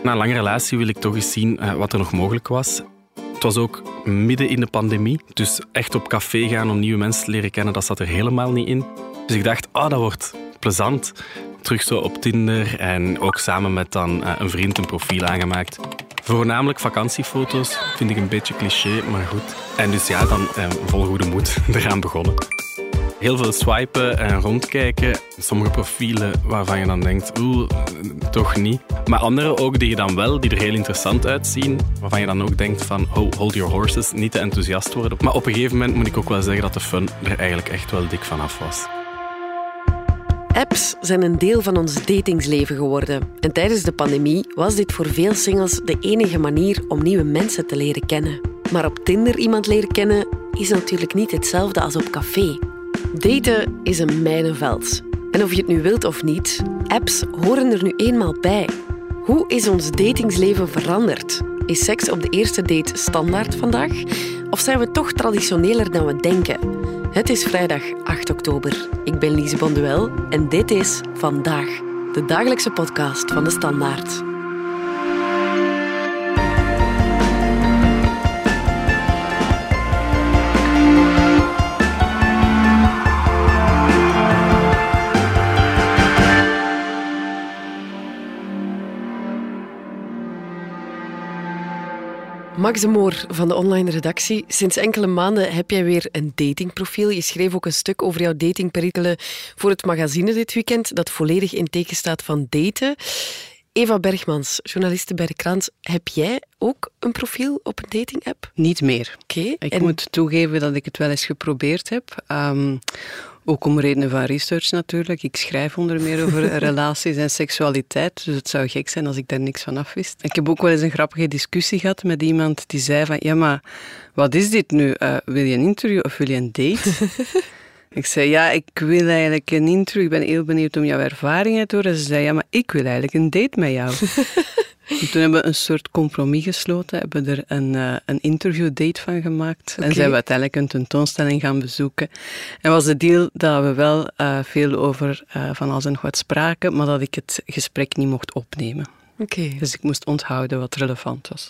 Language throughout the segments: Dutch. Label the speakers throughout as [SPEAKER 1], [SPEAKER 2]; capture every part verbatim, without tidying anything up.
[SPEAKER 1] Na een lange relatie wil ik toch eens zien uh, wat er nog mogelijk was. Het was ook midden in de pandemie, dus echt op café gaan om nieuwe mensen te leren kennen, dat zat er helemaal niet in. Dus ik dacht, oh, dat wordt plezant. Terug zo op Tinder en ook samen met dan uh, een vriend een profiel aangemaakt. Voornamelijk vakantiefoto's, vind ik een beetje cliché, maar goed. En dus ja, dan uh, vol goede moed eraan begonnen. Heel veel swipen en rondkijken. Sommige profielen waarvan je dan denkt, oeh, toch niet. Maar andere ook die je dan wel, die er heel interessant uitzien. Waarvan je dan ook denkt van, oh, hold your horses, niet te enthousiast worden. Maar op een gegeven moment moet ik ook wel zeggen dat de fun er eigenlijk echt wel dik vanaf was.
[SPEAKER 2] Apps zijn een deel van ons datingsleven geworden. En tijdens de pandemie was dit voor veel singles de enige manier om nieuwe mensen te leren kennen. Maar op Tinder iemand leren kennen is natuurlijk niet hetzelfde als op café. Daten is een mijnenveld. En of je het nu wilt of niet, apps horen er nu eenmaal bij. Hoe is ons datingsleven veranderd? Is seks op de eerste date standaard vandaag? Of zijn we toch traditioneler dan we denken? Het is vrijdag acht oktober. Ik ben Lise Bonduel en dit is Vandaag, de dagelijkse podcast van De Standaard. Max de Moor van de online redactie. Sinds enkele maanden heb jij weer een datingprofiel. Je schreef ook een stuk over jouw datingperikelen voor het magazine dit weekend, dat volledig in teken staat van daten. Eva Bergmans, journaliste bij de krant. Heb jij ook een profiel op een datingapp?
[SPEAKER 3] Niet meer.
[SPEAKER 2] Okay,
[SPEAKER 3] ik
[SPEAKER 2] en...
[SPEAKER 3] moet toegeven dat ik het wel eens geprobeerd heb. Um, ook om redenen van research natuurlijk. Ik schrijf onder meer over relaties en seksualiteit. Dus het zou gek zijn als ik daar niks van af wist. Ik heb ook wel eens een grappige discussie gehad met iemand die zei van... Ja, maar wat is dit nu? Uh, wil je een interview of wil je een date? Ik zei, ja, ik wil eigenlijk een interview. Ik ben heel benieuwd om jouw ervaringen te horen. Ze zei, ja, maar ik wil eigenlijk een date met jou. En toen hebben we een soort compromis gesloten. Hebben we er een, uh, een interviewdate van gemaakt. Okay. En zijn we uiteindelijk een tentoonstelling gaan bezoeken. En was de deal dat we wel uh, veel over uh, van alles en nog wat spraken, maar dat ik het gesprek niet mocht opnemen.
[SPEAKER 2] Okay.
[SPEAKER 3] Dus ik moest onthouden wat relevant was.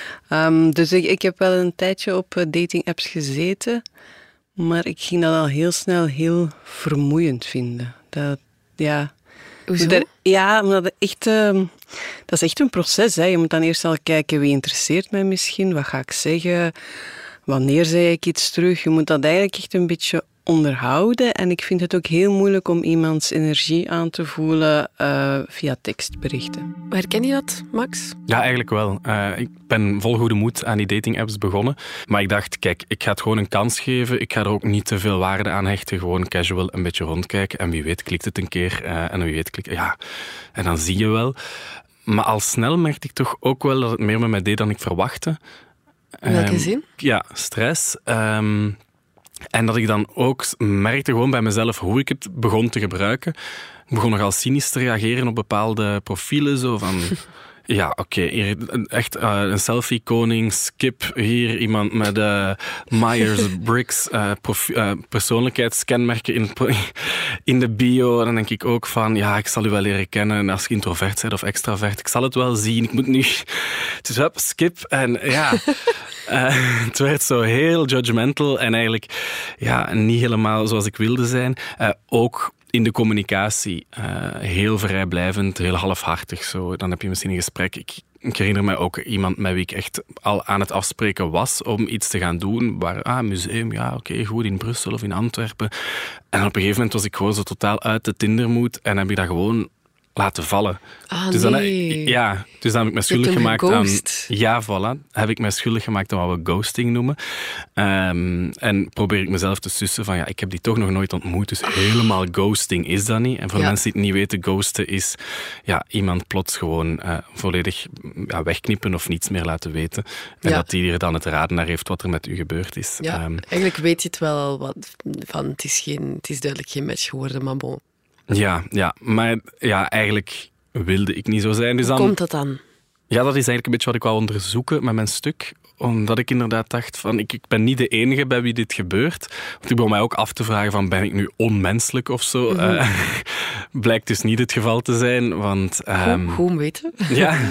[SPEAKER 3] Um, dus ik, ik heb wel een tijdje op uh, datingapps gezeten. Maar ik ging dat al heel snel heel vermoeiend vinden. Dat, ja...
[SPEAKER 2] Hoezo?
[SPEAKER 3] Dat, ja, omdat het echt, uh, dat is echt een proces. Hè. Je moet dan eerst al kijken, wie interesseert mij misschien? Wat ga ik zeggen? Wanneer zeg ik iets terug? Je moet dat eigenlijk echt een beetje onderhouden. En ik vind het ook heel moeilijk om iemands energie aan te voelen uh, via tekstberichten.
[SPEAKER 2] Herken je dat, Max?
[SPEAKER 1] Ja, eigenlijk wel. Uh, ik ben vol goede moed aan die datingapps begonnen. Maar ik dacht, kijk, ik ga het gewoon een kans geven. Ik ga er ook niet te veel waarde aan hechten. Gewoon casual een beetje rondkijken. En wie weet klikt het een keer. Uh, en wie weet klikt... Ja, en dan zie je wel. Maar al snel merkte ik toch ook wel dat het meer met mij deed dan ik verwachtte.
[SPEAKER 2] In welke
[SPEAKER 1] um,
[SPEAKER 2] zin?
[SPEAKER 1] Ja, stress. Um, En dat ik dan ook merkte gewoon bij mezelf hoe ik het begon te gebruiken. Ik begon nogal cynisch te reageren op bepaalde profielen. Zo van, ja, oké, okay, echt uh, een selfie-koning, skip. Hier iemand met uh, Myers-Briggs uh, profi- uh, persoonlijkheidskenmerken in, in de bio. En dan denk ik ook van, ja, ik zal u wel leren kennen als je introvert bent of extravert. Ik zal het wel zien. Ik moet nu... Dus hup, skip. En ja... Uh, het werd zo heel judgmental en eigenlijk ja, niet helemaal zoals ik wilde zijn. Uh, ook in de communicatie uh, heel vrijblijvend, heel halfhartig. Zo. Dan heb je misschien een gesprek. Ik, ik herinner me ook iemand met wie ik echt al aan het afspreken was om iets te gaan doen. Waar, ah, museum, ja, oké, okay, goed, in Brussel of in Antwerpen. En op een gegeven moment was ik gewoon zo totaal uit de Tindermood en heb ik dat gewoon laten vallen.
[SPEAKER 2] Ah,
[SPEAKER 1] dus,
[SPEAKER 2] nee.
[SPEAKER 1] dan, ja, dus dan heb ik me schuldig gemaakt
[SPEAKER 2] geghost.
[SPEAKER 1] aan... Ja, voilà. Heb ik me schuldig gemaakt aan wat we ghosting noemen. Um, en probeer ik mezelf te sussen van, ja, ik heb die toch nog nooit ontmoet, dus helemaal ghosting is dat niet. En voor
[SPEAKER 2] ja.
[SPEAKER 1] mensen die het niet weten, ghosten is ja, iemand plots gewoon uh, volledig ja, wegknippen of niets meer laten weten. En
[SPEAKER 2] ja.
[SPEAKER 1] dat die er dan het raden naar heeft wat er met u gebeurd is.
[SPEAKER 2] Ja, um, eigenlijk weet je het wel al wat van, het is, geen, het is duidelijk geen match geworden, maar bon.
[SPEAKER 1] Ja, ja, maar ja, eigenlijk wilde ik niet zo zijn. Dus
[SPEAKER 2] Hoe
[SPEAKER 1] dan,
[SPEAKER 2] komt dat dan?
[SPEAKER 1] Ja, dat is eigenlijk een beetje wat ik wou onderzoeken met mijn stuk. Omdat ik inderdaad dacht van, ik, ik ben niet de enige bij wie dit gebeurt. Want ik begon mij ook af te vragen van, ben ik nu onmenselijk of zo? Mm-hmm. Uh, blijkt dus niet het geval te zijn, want... Um,
[SPEAKER 2] Goed, goed weten.
[SPEAKER 1] Ja...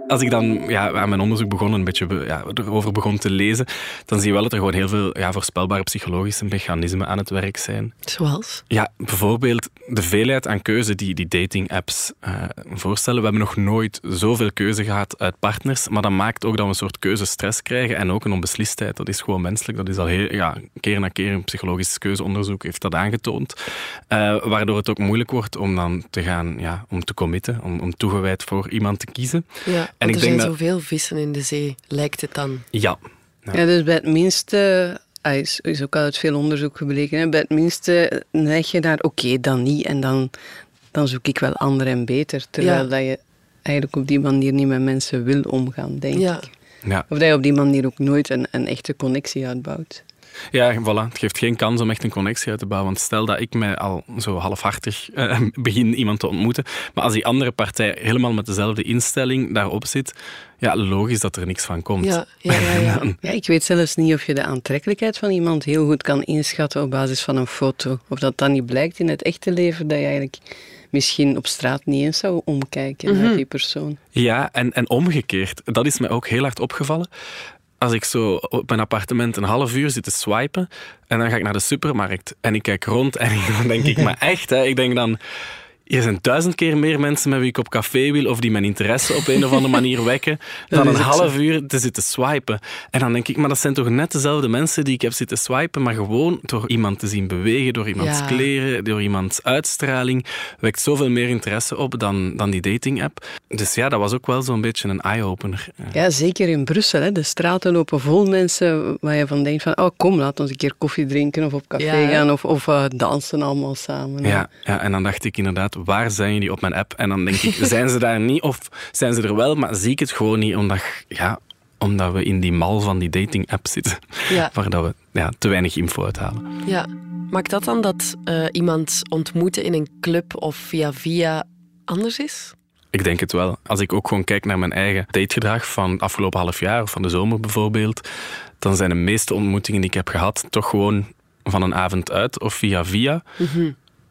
[SPEAKER 1] als ik dan ja, aan mijn onderzoek begon, een beetje ja, erover begon te lezen, dan zie je wel dat er gewoon heel veel ja, voorspelbare psychologische mechanismen aan het werk zijn.
[SPEAKER 2] Zoals?
[SPEAKER 1] Ja, bijvoorbeeld de veelheid aan keuze die die dating-apps uh, voorstellen. We hebben nog nooit zoveel keuze gehad uit partners, maar dat maakt ook dat we een soort keuzestress krijgen en ook een onbeslistheid. Dat is gewoon menselijk. Dat is al heel, ja, keer na keer een psychologisch keuzeonderzoek heeft dat aangetoond. Uh, waardoor het ook moeilijk wordt om dan te gaan, ja, om te committen, om, om toegewijd voor iemand te kiezen.
[SPEAKER 2] Ja, en ik er denk zijn dat... zoveel vissen in de zee, lijkt het dan.
[SPEAKER 1] Ja. Ja,
[SPEAKER 3] ja dus bij het minste, ah, is, is ook al uit veel onderzoek gebleken, hè, bij het minste neig je naar, oké, okay, dan niet, en dan, dan zoek ik wel ander en beter. Terwijl ja. dat je eigenlijk op die manier niet met mensen wil omgaan, denk ja. ik.
[SPEAKER 1] Ja.
[SPEAKER 3] Of dat je op die manier ook nooit een, een echte connectie uitbouwt.
[SPEAKER 1] Ja, voilà. Het geeft geen kans om echt een connectie uit te bouwen. Want stel dat ik mij al zo halfhartig uh, begin iemand te ontmoeten, maar als die andere partij helemaal met dezelfde instelling daarop zit, ja, logisch dat er niks van komt.
[SPEAKER 2] Ja, ja, ja, ja.
[SPEAKER 3] ja, ik weet zelfs niet of je de aantrekkelijkheid van iemand heel goed kan inschatten op basis van een foto. Of dat dan niet blijkt in het echte leven, dat je eigenlijk misschien op straat niet eens zou omkijken mm-hmm. naar die persoon.
[SPEAKER 1] Ja, en, en omgekeerd. Dat is mij ook heel hard opgevallen. Als ik zo op mijn appartement een half uur zit te swipen en dan ga ik naar de supermarkt en ik kijk rond en dan denk ik, maar echt, hè, ik denk dan, er zijn duizend keer meer mensen met wie ik op café wil of die mijn interesse op een of andere manier wekken dan een half zo. uur te zitten swipen. En dan denk ik, maar dat zijn toch net dezelfde mensen die ik heb zitten swipen, maar gewoon door iemand te zien bewegen, door iemands ja. kleren, door iemands uitstraling, wekt zoveel meer interesse op dan, dan die dating-app. Dus ja, dat was ook wel zo'n beetje een eye-opener.
[SPEAKER 3] Ja, zeker in Brussel. Hè. De straten lopen vol mensen waar je van denkt van, oh kom, laat ons een keer koffie drinken of op café ja. gaan of, of uh, dansen allemaal samen.
[SPEAKER 1] Ja, ja, en dan dacht ik inderdaad, waar zijn jullie op mijn app? En dan denk ik, zijn ze daar niet of zijn ze er wel, maar zie ik het gewoon niet, omdat, ja, omdat we in die mal van die dating-app zitten, ja. waar dat we ja, te weinig info uithalen.
[SPEAKER 2] Ja. Maakt dat dan dat uh, iemand ontmoeten in een club of via via anders is?
[SPEAKER 1] Ik denk het wel. Als ik ook gewoon kijk naar mijn eigen dategedrag van het afgelopen half jaar of van de zomer bijvoorbeeld, dan zijn de meeste ontmoetingen die ik heb gehad toch gewoon van een avond uit of via via. Mm-hmm.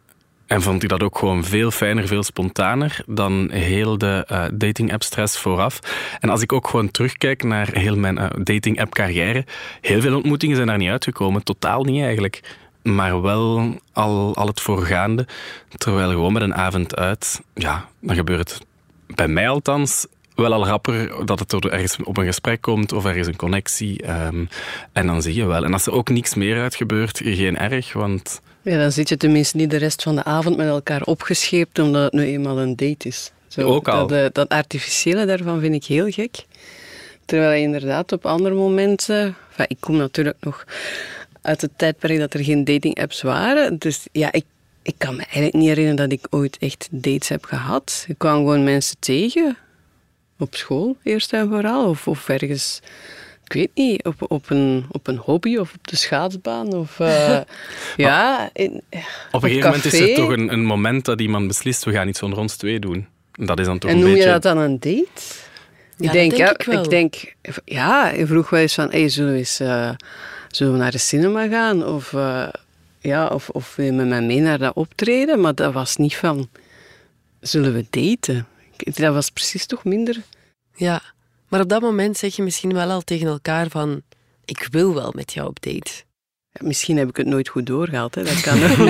[SPEAKER 1] En vond ik dat ook gewoon veel fijner, veel spontaner dan heel de uh, dating-app-stress vooraf. En als ik ook gewoon terugkijk naar heel mijn uh, dating-app-carrière, heel veel ontmoetingen zijn daar niet uitgekomen. Totaal niet eigenlijk. Maar wel al, al het voorgaande. Terwijl gewoon met een avond uit, ja, dan gebeurt het bij mij althans wel al rapper dat het er ergens op een gesprek komt of er is een connectie. Um, en dan zie je wel. En als er ook niks meer uit gebeurt, geen erg, want...
[SPEAKER 3] Ja, dan zit je tenminste niet de rest van de avond met elkaar opgescheept omdat het nu eenmaal een date is. Zo,
[SPEAKER 1] ook al.
[SPEAKER 3] Dat, dat artificiële daarvan vind ik heel gek. Terwijl je inderdaad op andere momenten... Enfin, ik kom natuurlijk nog uit het tijdperk dat er geen dating-apps waren. Dus ja, ik, ik kan me eigenlijk niet herinneren dat ik ooit echt dates heb gehad. Ik kwam gewoon mensen tegen. Op school, eerst en vooral. Of, of ergens... Ik weet niet, op, op, een, op een hobby of op de schaatsbaan. Of, uh, ja, in,
[SPEAKER 1] op een gegeven moment is er toch een, een moment dat iemand beslist, we gaan iets onder ons twee doen. Dat is dan toch
[SPEAKER 3] en
[SPEAKER 1] een
[SPEAKER 3] noem
[SPEAKER 1] beetje...
[SPEAKER 3] je dat dan een date?
[SPEAKER 2] Ja,
[SPEAKER 3] ik denk,
[SPEAKER 2] dat denk
[SPEAKER 3] ja,
[SPEAKER 2] ik wel.
[SPEAKER 3] Ik denk, ja, je vroeg wel eens van, hey, zullen, we eens, uh, zullen we naar de cinema gaan? Of, uh, ja, of, of wil je met mij mee naar dat optreden? Maar dat was niet van, zullen we daten? Dat was precies toch minder...
[SPEAKER 2] Ja. Maar op dat moment zeg je misschien wel al tegen elkaar van, ik wil wel met jou op date.
[SPEAKER 3] Ja, misschien heb ik het nooit goed doorgehaald, hè? Dat kan ook.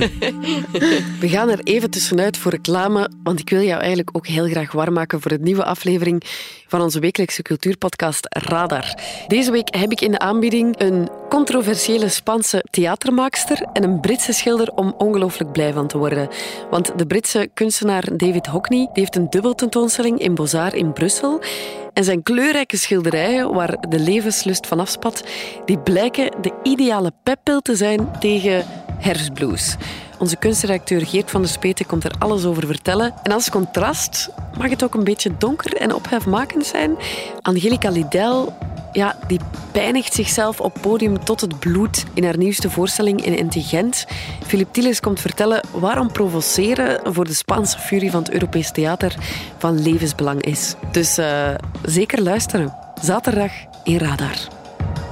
[SPEAKER 2] We gaan er even tussenuit voor reclame, want ik wil jou eigenlijk ook heel graag warm maken voor de nieuwe aflevering van onze wekelijkse cultuurpodcast Radar. Deze week heb ik in de aanbieding een controversiële Spaanse theatermaakster en een Britse schilder om ongelooflijk blij van te worden. Want de Britse kunstenaar David Hockney die heeft een dubbeltentoonstelling in Beaux-Arts in Brussel. En zijn kleurrijke schilderijen, waar de levenslust van afspat, die blijken de ideale peppil te zijn tegen herfstblues. Onze kunstredacteur Geert van der Speten komt er alles over vertellen. En als contrast mag het ook een beetje donker en ophefmakend zijn. Angelica Lidel, ja, die pijnigt zichzelf op podium tot het bloed in haar nieuwste voorstelling in Intelligent. Philip Thielis komt vertellen waarom provoceren voor de Spaanse furie van het Europees Theater van levensbelang is. Dus uh, zeker luisteren. Zaterdag in Radar.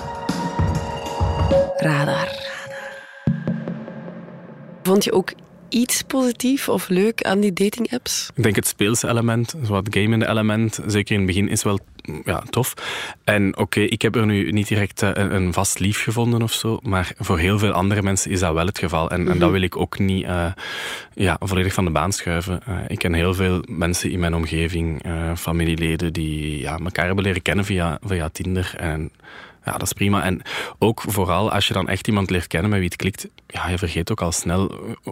[SPEAKER 2] Radar. Vond je ook iets positief of leuk aan die dating-apps?
[SPEAKER 1] Ik denk het speelse element, zo wat gamende element, zeker in het begin, is wel ja, tof. En oké, okay, ik heb er nu niet direct uh, een, een vast lief gevonden of zo, maar voor heel veel andere mensen is dat wel het geval. En, mm-hmm. en dat wil ik ook niet uh, ja, volledig van de baan schuiven. Uh, ik ken heel veel mensen in mijn omgeving, uh, familieleden, die ja, elkaar hebben leren kennen via, via Tinder. En ja, dat is prima. En ook vooral als je dan echt iemand leert kennen met wie het klikt, ja, je vergeet ook al snel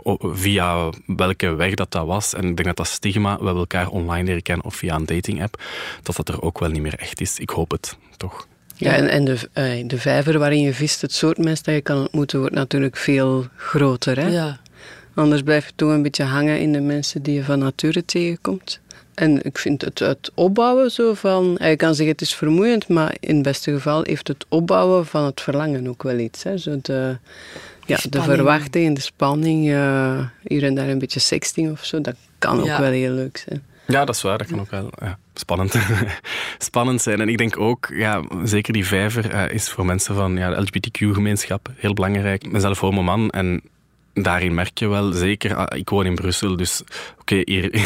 [SPEAKER 1] via welke weg dat dat was. En ik denk dat dat stigma, we hebben elkaar online leren kennen of via een dating-app, dat dat er ook wel niet meer echt is. Ik hoop het, toch?
[SPEAKER 3] Ja, en, en de, uh, de vijver waarin je vist, het soort mensen dat je kan ontmoeten, wordt natuurlijk veel groter. Hè?
[SPEAKER 2] Ja.
[SPEAKER 3] Anders blijf je toch een beetje hangen in de mensen die je van nature tegenkomt. En ik vind het, het opbouwen zo van... Je kan zeggen het is vermoeiend, maar in het beste geval heeft het opbouwen van het verlangen ook wel iets. Hè? Zo de, ja, de verwachting en de spanning, uh, hier en daar een beetje sexting of zo, dat kan ook ja. wel heel leuk zijn.
[SPEAKER 1] Ja, dat is waar. Dat kan ook wel ja, spannend, spannend zijn. En ik denk ook, ja, zeker die vijver uh, is voor mensen van ja, de L G B T Q-gemeenschap heel belangrijk. Ik ben zelf homo-man en daarin merk je wel, zeker, ik woon in Brussel, dus oké, okay, hier,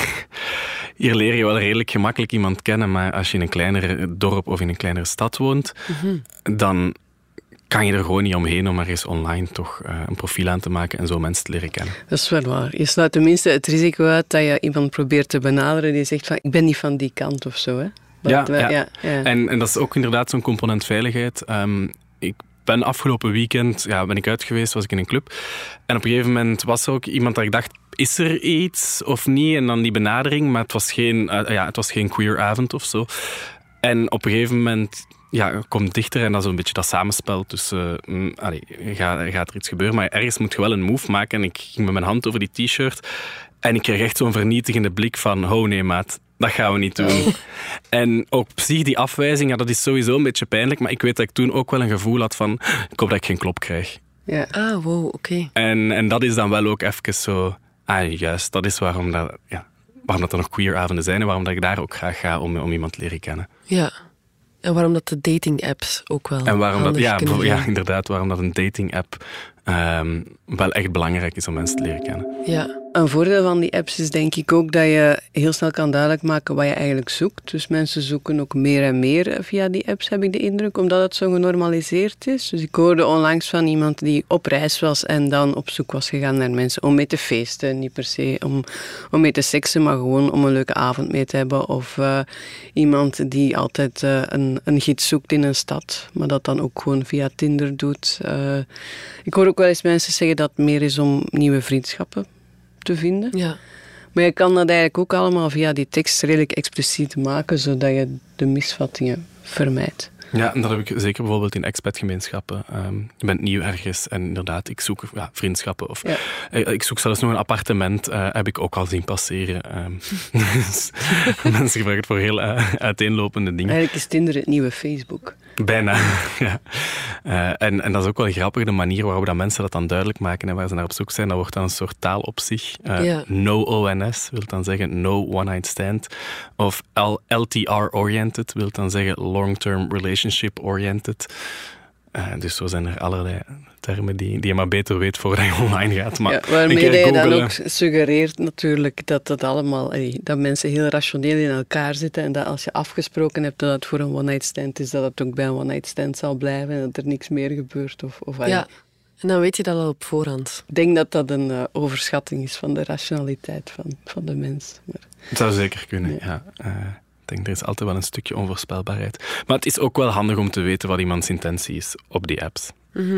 [SPEAKER 1] hier leer je wel redelijk gemakkelijk iemand kennen, maar als je in een kleinere dorp of in een kleinere stad woont, mm-hmm. dan kan je er gewoon niet omheen om maar eens online toch uh, een profiel aan te maken en zo mensen te leren kennen.
[SPEAKER 3] Dat is wel waar. Je sluit tenminste het risico uit dat je iemand probeert te benaderen die zegt van, ik ben niet van die kant of zo. Hè?
[SPEAKER 1] Ja, we, ja. ja, ja. En, en dat is ook inderdaad zo'n component veiligheid. Um, ik ben afgelopen weekend ja, ben ik uit geweest, was ik in een club. En op een gegeven moment was er ook iemand dat ik dacht, is er iets of niet? En dan die benadering, maar het was geen, uh, ja, het was geen queer avond of zo. En op een gegeven moment ja, komt dichter en dat is een beetje dat samenspel tussen, uh, allee, gaat, gaat er iets gebeuren, maar ergens moet je wel een move maken. En ik ging met mijn hand over die t-shirt en ik kreeg echt zo'n vernietigende blik van, oh nee maat, dat gaan we niet doen. Oh. En ook precies die afwijzing, ja, dat is sowieso een beetje pijnlijk, maar ik weet dat ik toen ook wel een gevoel had van, ik hoop dat ik geen klop krijg.
[SPEAKER 2] Ja. Ah, wow, oké. Okay.
[SPEAKER 1] En, en dat is dan wel ook even zo, ah juist, dat is waarom, dat, ja, waarom dat er nog queer avonden zijn en waarom dat ik daar ook graag ga om, om iemand te leren kennen.
[SPEAKER 2] Ja. En waarom dat de dating-apps ook wel
[SPEAKER 1] en waarom dat, ja,
[SPEAKER 2] kunnen
[SPEAKER 1] ja, inderdaad, waarom dat een dating-app um, wel echt belangrijk is om mensen te leren kennen.
[SPEAKER 3] Ja. Een voordeel van die apps is denk ik ook dat je heel snel kan duidelijk maken wat je eigenlijk zoekt. Dus mensen zoeken ook meer en meer via die apps, heb ik de indruk, omdat het zo genormaliseerd is. Dus ik hoorde onlangs van iemand die op reis was en dan op zoek was gegaan naar mensen om mee te feesten. Niet per se om, om mee te seksen, maar gewoon om een leuke avond mee te hebben. Of uh, iemand die altijd uh, een, een gids zoekt in een stad, maar dat dan ook gewoon via Tinder doet. Uh, ik hoor ook wel eens mensen zeggen dat het meer is om nieuwe vriendschappen te vinden.
[SPEAKER 2] Ja.
[SPEAKER 3] Maar je kan dat eigenlijk ook allemaal via die tekst redelijk expliciet maken, zodat je de misvattingen vermijdt.
[SPEAKER 1] Ja, en dat heb ik zeker bijvoorbeeld in expatgemeenschappen. Um, je bent nieuw ergens en inderdaad, ik zoek ja, vriendschappen. Of, ja. Ik zoek zelfs nog een appartement, uh, heb ik ook al zien passeren. Um, dus, mensen gebruiken het voor heel uh, uiteenlopende dingen.
[SPEAKER 3] Eigenlijk is Tinder het nieuwe Facebook.
[SPEAKER 1] Bijna, ja. Uh, en, en dat is ook wel grappig, de manier waarop dat mensen dat dan duidelijk maken en waar ze naar op zoek zijn. Dat wordt dan een soort taal op zich. Uh, ja. No O N S wil dan zeggen no one night stand. Of L T R-oriented wil dan zeggen long-term relationship-oriented. Uh, dus zo zijn er allerlei termen die, die je maar beter weet voordat je online gaat. Maar
[SPEAKER 3] ja, waarmee je dan ook suggereert natuurlijk dat, dat, allemaal, dat mensen heel rationeel in elkaar zitten en dat als je afgesproken hebt dat het voor een one-night stand is, dat het ook bij een one-night stand zal blijven en dat er niks meer gebeurt. Of, of
[SPEAKER 2] ja, en dan weet je dat al op voorhand.
[SPEAKER 3] Ik denk dat dat een uh, overschatting is van de rationaliteit van, van de mens. Maar,
[SPEAKER 1] het zou zeker kunnen, ja. ja. Uh, Ik denk, er is altijd wel een stukje onvoorspelbaarheid. Maar het is ook wel handig om te weten wat iemands intentie is op die apps. Mm-hmm.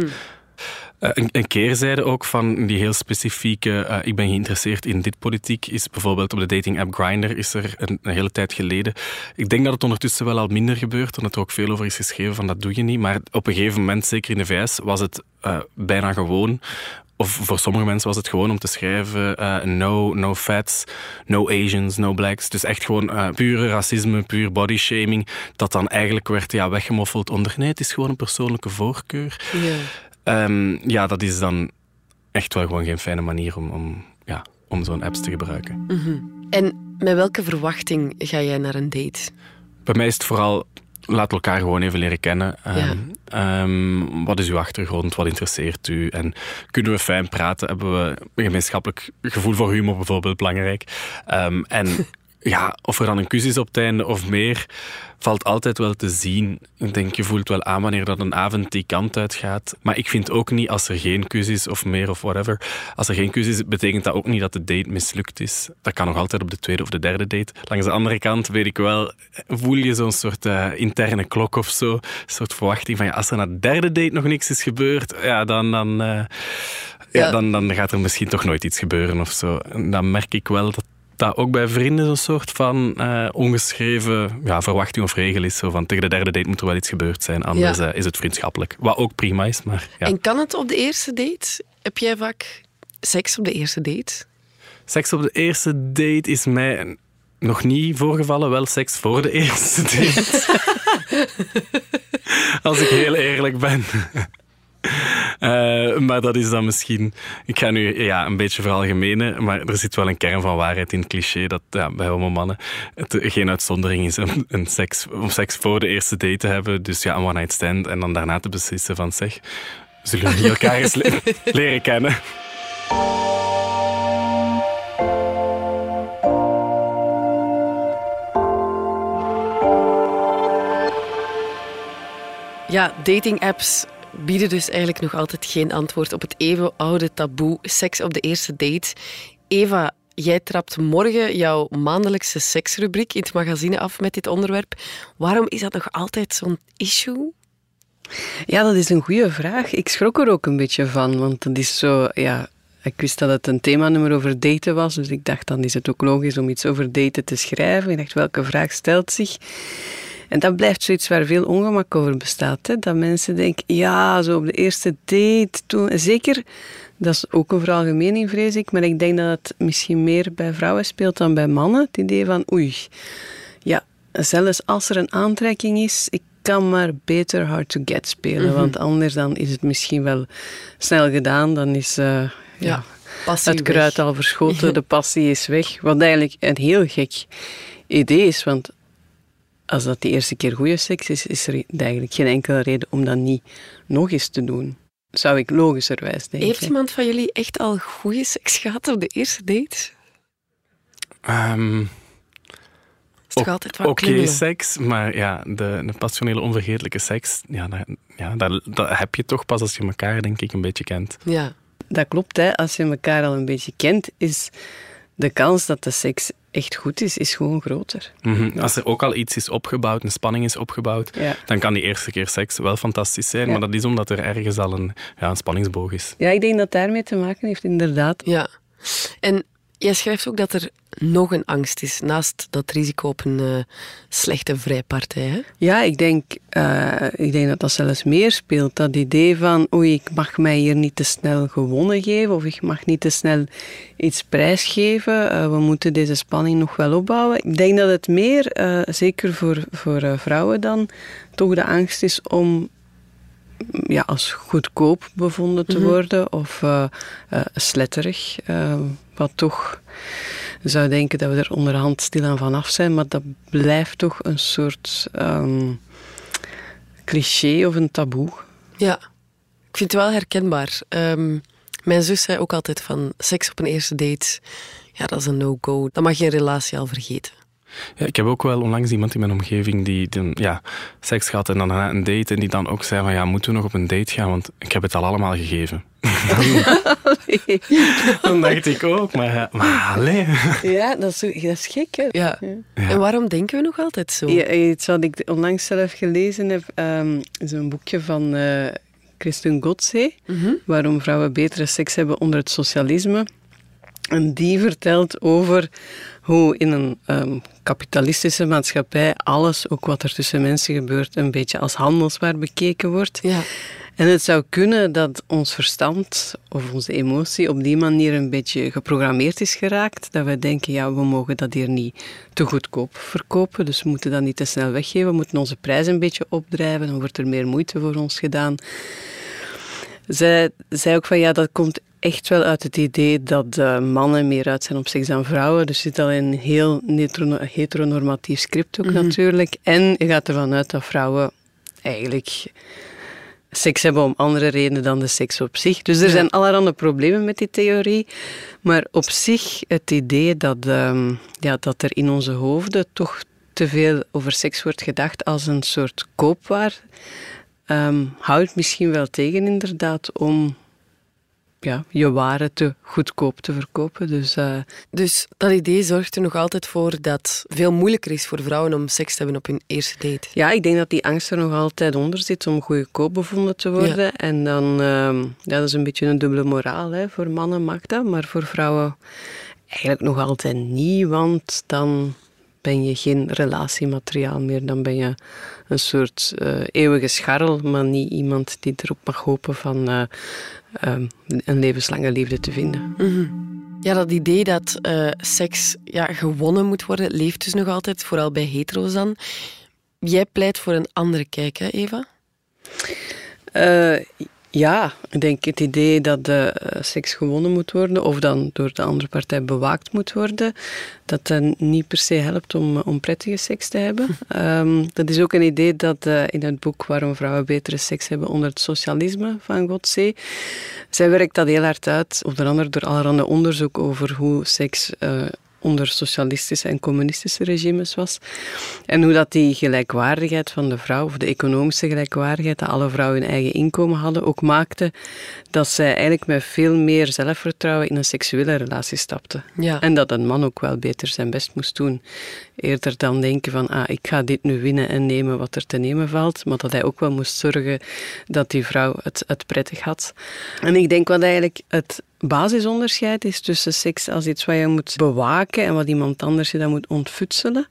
[SPEAKER 1] Uh, een, een keerzijde ook van die heel specifieke, uh, ik ben geïnteresseerd in dit politiek, is bijvoorbeeld op de dating-app Grindr is er een, een hele tijd geleden. Ik denk dat het ondertussen wel al minder gebeurt, omdat er ook veel over is geschreven van dat doe je niet. Maar op een gegeven moment, zeker in de V S, was het uh, bijna gewoon. Of voor sommige mensen was het gewoon om te schrijven uh, no, no fats, no Asians, no blacks. Dus echt gewoon uh, pure racisme, puur bodyshaming. Dat dan eigenlijk werd ja, weggemoffeld onder nee, het is gewoon een persoonlijke voorkeur. Yeah. Um, ja, dat is dan echt wel gewoon geen fijne manier om, om, ja, om zo'n apps te gebruiken.
[SPEAKER 2] Mm-hmm. En met welke verwachting ga jij naar een date?
[SPEAKER 1] Bij mij is het vooral laat elkaar gewoon even leren kennen. Um, ja. um, wat is uw achtergrond? Wat interesseert u? En kunnen we fijn praten? Hebben we een gemeenschappelijk gevoel voor humor bijvoorbeeld belangrijk? Um, en ja, of er dan een kus is op het einde of meer, valt altijd wel te zien. Ik denk, je voelt wel aan wanneer dat een avond die kant uit gaat. Maar ik vind ook niet, als er geen kus is of meer of whatever, als er geen kus is, betekent dat ook niet dat de date mislukt is. Dat kan nog altijd op de tweede of de derde date. Langs de andere kant weet ik wel, voel je zo'n soort uh, interne klok of zo. Een soort verwachting van, ja, als er na de derde date nog niks is gebeurd, ja, dan... dan uh, Ja, ja. Dan, dan gaat er misschien toch nooit iets gebeuren of zo. En dan merk ik wel dat dat ook bij vrienden zo'n soort van uh, ongeschreven ja, verwachting of regel is. Zo van, tegen de derde date moet er wel iets gebeurd zijn, anders ja. uh, is het vriendschappelijk. Wat ook prima is, maar ja.
[SPEAKER 2] En kan het op de eerste date? Heb jij vaak seks op de eerste date?
[SPEAKER 1] Seks op de eerste date is mij nog niet voorgevallen. Wel seks voor de eerste date. Als ik heel eerlijk ben. Uh, maar dat is dan misschien... Ik ga nu ja, een beetje veralgemenen, maar er zit wel een kern van waarheid in het cliché dat ja, bij homomannen het geen uitzondering is om, een seks, om seks voor de eerste date te hebben. Dus ja, een one-night stand en dan daarna te beslissen van zeg, zullen we elkaar eens le- leren kennen?
[SPEAKER 2] Ja, dating-apps bieden dus eigenlijk nog altijd geen antwoord op het eeuwenoude taboe seks op de eerste date. Eva, jij trapt morgen jouw maandelijkse seksrubriek in het magazine af met dit onderwerp. Waarom is dat nog altijd zo'n issue?
[SPEAKER 3] Ja, dat is een goede vraag. Ik schrok er ook een beetje van, want dat is zo... Ja, ik wist dat het een themanummer over daten was, dus ik dacht, dan is het ook logisch om iets over daten te schrijven. Ik dacht, welke vraag stelt zich? En dat blijft zoiets waar veel ongemak over bestaat. Hè? Dat mensen denken, ja, zo op de eerste date. Toen, zeker, dat is ook een veralgemening, vrees ik. Maar ik denk dat het misschien meer bij vrouwen speelt dan bij mannen. Het idee van, oei, ja, zelfs als er een aantrekking is, ik kan maar beter hard to get spelen. Mm-hmm. Want anders dan is het misschien wel snel gedaan. Dan is uh, ja, ja, het kruid weg. Al verschoten, de passie is weg. Wat eigenlijk een heel gek idee is, want als dat de eerste keer goede seks is, is er eigenlijk geen enkele reden om dat niet nog eens te doen. Zou ik logischerwijs denken.
[SPEAKER 2] Heeft iemand van jullie echt al goede seks gehad op de eerste date?
[SPEAKER 1] Um,
[SPEAKER 2] is toch altijd wat
[SPEAKER 1] Oké okay, seks, maar ja, de, de passionele, onvergetelijke seks, ja, dat, ja dat, dat heb je toch pas als je elkaar, denk ik, een beetje kent.
[SPEAKER 3] Ja, dat klopt. Hè. Als je elkaar al een beetje kent, is de kans dat de seks echt goed is, is gewoon groter.
[SPEAKER 1] Mm-hmm. Ja. Als er ook al iets is opgebouwd, een spanning is opgebouwd, ja. dan kan die eerste keer seks wel fantastisch zijn, ja. maar dat is omdat er ergens al een, ja, een spanningsboog is.
[SPEAKER 3] Ja, ik denk dat het daarmee te maken heeft, inderdaad.
[SPEAKER 2] Ja. En jij schrijft ook dat er nog een angst is, naast dat risico op een uh, slechte vrijpartij. Hè?
[SPEAKER 3] Ja, ik denk, uh, ik denk dat dat zelfs meer speelt. Dat idee van, oei, ik mag mij hier niet te snel gewonnen geven, of ik mag niet te snel iets prijsgeven. Uh, we moeten deze spanning nog wel opbouwen. Ik denk dat het meer, uh, zeker voor, voor uh, vrouwen dan, toch de angst is om ja, als goedkoop bevonden te mm-hmm. worden, of uh, uh, sletterig, uh, wat toch zou denken dat we er onderhand stilaan vanaf zijn, maar dat blijft toch een soort um, cliché of een taboe.
[SPEAKER 2] Ja, ik vind het wel herkenbaar. Um, mijn zus zei ook altijd van seks op een eerste date, ja, dat is een no-go. Dan mag je een relatie al vergeten.
[SPEAKER 1] Ja, ik heb ook wel onlangs iemand in mijn omgeving die, die ja, seks had en dan na een date en die dan ook zei van ja, moeten we nog op een date gaan, want ik heb het al allemaal gegeven.
[SPEAKER 3] Nee.
[SPEAKER 1] Dan dacht ik ook, maar, maar allee.
[SPEAKER 3] Ja, dat is, dat is gek, hè?
[SPEAKER 2] Ja. Ja. En waarom denken we nog altijd zo?
[SPEAKER 3] Ja, iets wat ik onlangs zelf gelezen heb, um, is een boekje van uh, Christen Godsey, mm-hmm. waarom vrouwen betere seks hebben onder het socialisme. En die vertelt over hoe in een um, kapitalistische maatschappij alles, ook wat er tussen mensen gebeurt, een beetje als handelswaar bekeken wordt.
[SPEAKER 2] Ja.
[SPEAKER 3] En het zou kunnen dat ons verstand of onze emotie op die manier een beetje geprogrammeerd is geraakt. Dat wij denken, ja, we mogen dat hier niet te goedkoop verkopen, dus we moeten dat niet te snel weggeven. We moeten onze prijs een beetje opdrijven, dan wordt er meer moeite voor ons gedaan. Zij zei ook van, ja, dat komt echt wel uit het idee dat uh, mannen meer uit zijn op seks dan vrouwen. Dus zit al een heel heteronormatief script ook mm-hmm. natuurlijk. En je gaat ervan uit dat vrouwen eigenlijk seks hebben om andere redenen dan de seks op zich. Dus er ja. zijn allerhande problemen met die theorie. Maar op zich het idee dat, um, ja, dat er in onze hoofden toch te veel over seks wordt gedacht als een soort koopwaar, um, houdt misschien wel tegen inderdaad om ja, je waren te goedkoop te verkopen. Dus, uh...
[SPEAKER 2] dus dat idee zorgt er nog altijd voor dat het veel moeilijker is voor vrouwen om seks te hebben op hun eerste date.
[SPEAKER 3] Ja, ik denk dat die angst er nog altijd onder zit om goedkoop bevonden te worden. Ja. En dan, uh, ja, dat is een beetje een dubbele moraal. Hè. Voor mannen mag dat, maar voor vrouwen eigenlijk nog altijd niet, want dan ben je geen relatiemateriaal meer. Dan ben je een soort uh, eeuwige scharrel, maar niet iemand die erop mag hopen van uh, um, een levenslange liefde te vinden.
[SPEAKER 2] Mm-hmm. Ja, dat idee dat uh, seks ja, gewonnen moet worden, leeft dus nog altijd, vooral bij hetero's dan. Jij pleit voor een andere kijk, hè, Eva?
[SPEAKER 3] Uh, Ja, ik denk het idee dat de seks gewonnen moet worden of dan door de andere partij bewaakt moet worden, dat dat niet per se helpt om, om prettige seks te hebben. Um, dat is ook een idee dat uh, in het boek Waarom vrouwen betere seks hebben onder het socialisme van Godsee. Zij werkt dat heel hard uit, onder andere door allerhande onderzoek over hoe seks Uh, onder socialistische en communistische regimes was. En hoe dat die gelijkwaardigheid van de vrouw, of de economische gelijkwaardigheid, dat alle vrouwen hun eigen inkomen hadden, ook maakte dat zij eigenlijk met veel meer zelfvertrouwen in een seksuele relatie stapten.
[SPEAKER 2] Ja.
[SPEAKER 3] En dat een man ook wel beter zijn best moest doen. Eerder dan denken van, ah, ik ga dit nu winnen en nemen wat er te nemen valt, maar dat hij ook wel moest zorgen dat die vrouw het, het prettig had. En ik denk wat eigenlijk het basisonderscheid is tussen seks als iets wat je moet bewaken en wat iemand anders je dan moet ontfutselen.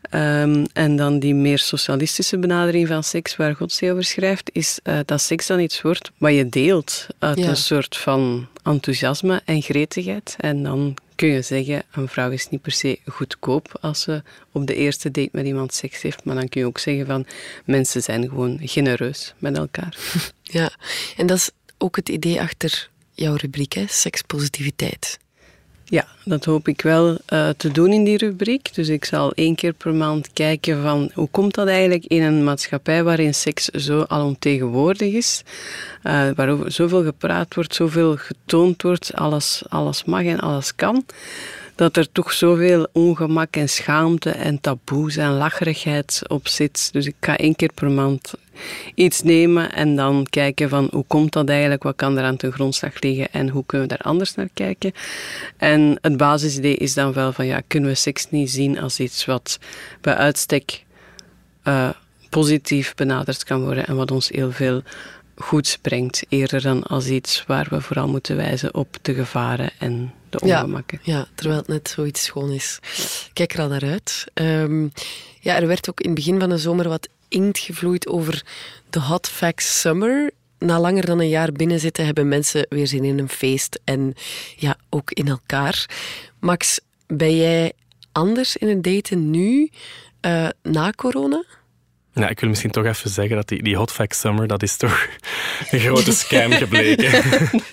[SPEAKER 3] Um, en dan die meer socialistische benadering van seks, waar Godsee over schrijft, is uh, dat seks dan iets wordt wat je deelt uit ja. een soort van enthousiasme en gretigheid. En dan kun je zeggen, een vrouw is niet per se goedkoop als ze op de eerste date met iemand seks heeft, maar dan kun je ook zeggen van, mensen zijn gewoon genereus met elkaar.
[SPEAKER 2] Ja, en dat is ook het idee achter jouw rubriek, hè? Sekspositiviteit.
[SPEAKER 3] Ja, dat hoop ik wel uh, te doen in die rubriek. Dus ik zal één keer per maand kijken van hoe komt dat eigenlijk in een maatschappij waarin seks zo alomtegenwoordig is, uh, waarover zoveel gepraat wordt, zoveel getoond wordt, alles, alles mag en alles kan, dat er toch zoveel ongemak en schaamte en taboes en lacherigheid op zit. Dus ik ga één keer per maand iets nemen en dan kijken van hoe komt dat eigenlijk, wat kan er aan ten grondslag liggen en hoe kunnen we daar anders naar kijken. En het basisidee is dan wel van, ja, kunnen we seks niet zien als iets wat bij uitstek uh, positief benaderd kan worden en wat ons heel veel goeds brengt, eerder dan als iets waar we vooral moeten wijzen op de gevaren en de ongemakken.
[SPEAKER 2] Ja, ja, terwijl het net zoiets schoon is. Kijk er al naar uit. Um, ja, er werd ook in het begin van de zomer wat inkt gevloeid over de Hot Facts Summer. Na langer dan een jaar binnenzitten hebben mensen weer zin in een feest en ja, ook in elkaar. Max, ben jij anders in het daten nu, uh, na corona?
[SPEAKER 1] Ja, ik wil misschien toch even zeggen dat die, die Hot Facts Summer, dat is toch een grote scam gebleken.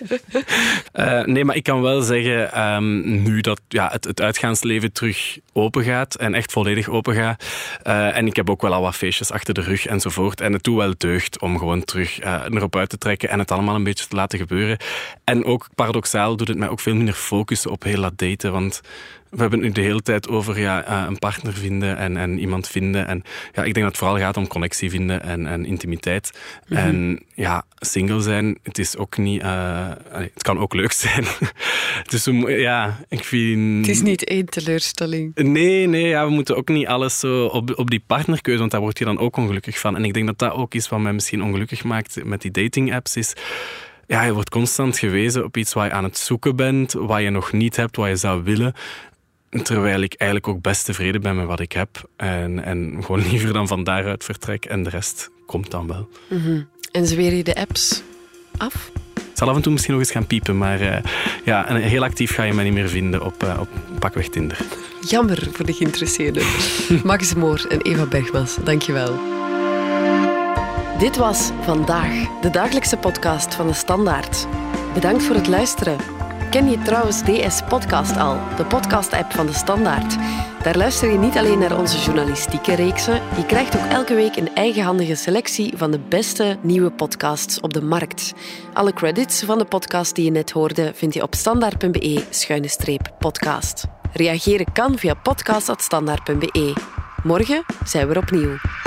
[SPEAKER 1] uh, nee, maar ik kan wel zeggen, um, nu dat ja, het, het uitgaansleven terug open gaat en echt volledig open gaat, uh, en ik heb ook wel al wat feestjes achter de rug enzovoort, en het doet wel deugd om gewoon terug uh, erop uit te trekken en het allemaal een beetje te laten gebeuren. En ook paradoxaal doet het mij ook veel minder focussen op heel dat daten, want we hebben het nu de hele tijd over ja, een partner vinden en, en iemand vinden. En ja, ik denk dat het vooral gaat om connectie vinden en, en intimiteit. Mm-hmm. En ja, single zijn, het is ook niet... Uh, het kan ook leuk zijn. Dus ja, ik vind...
[SPEAKER 2] Het is niet één teleurstelling.
[SPEAKER 1] Nee, nee, ja, we moeten ook niet alles zo op, op die partnerkeuze, want daar word je dan ook ongelukkig van. En ik denk dat dat ook is wat mij misschien ongelukkig maakt met die dating-apps, is... Ja, je wordt constant gewezen op iets waar je aan het zoeken bent, wat je nog niet hebt, wat je zou willen. Terwijl ik eigenlijk ook best tevreden ben met wat ik heb. En, en gewoon liever dan van daaruit vertrek. En de rest komt dan wel.
[SPEAKER 2] Mm-hmm. En zweer je de apps af?
[SPEAKER 1] Ik zal af en toe misschien nog eens gaan piepen. Maar uh, ja, heel actief ga je mij niet meer vinden op, uh, op pakweg Tinder.
[SPEAKER 2] Jammer voor de geïnteresseerden. Max Moor en Eva Bergmans, dankjewel. Dit was Vandaag, de dagelijkse podcast van de Standaard. Bedankt voor het luisteren. Ken je trouwens D S Podcast al, de podcast-app van De Standaard? Daar luister je niet alleen naar onze journalistieke reeksen, je krijgt ook elke week een eigenhandige selectie van de beste nieuwe podcasts op de markt. Alle credits van de podcast die je net hoorde vind je op standaard.be schuine streep podcast. Reageren kan via podcast apenstaartstandaard punt be. Morgen zijn we er opnieuw.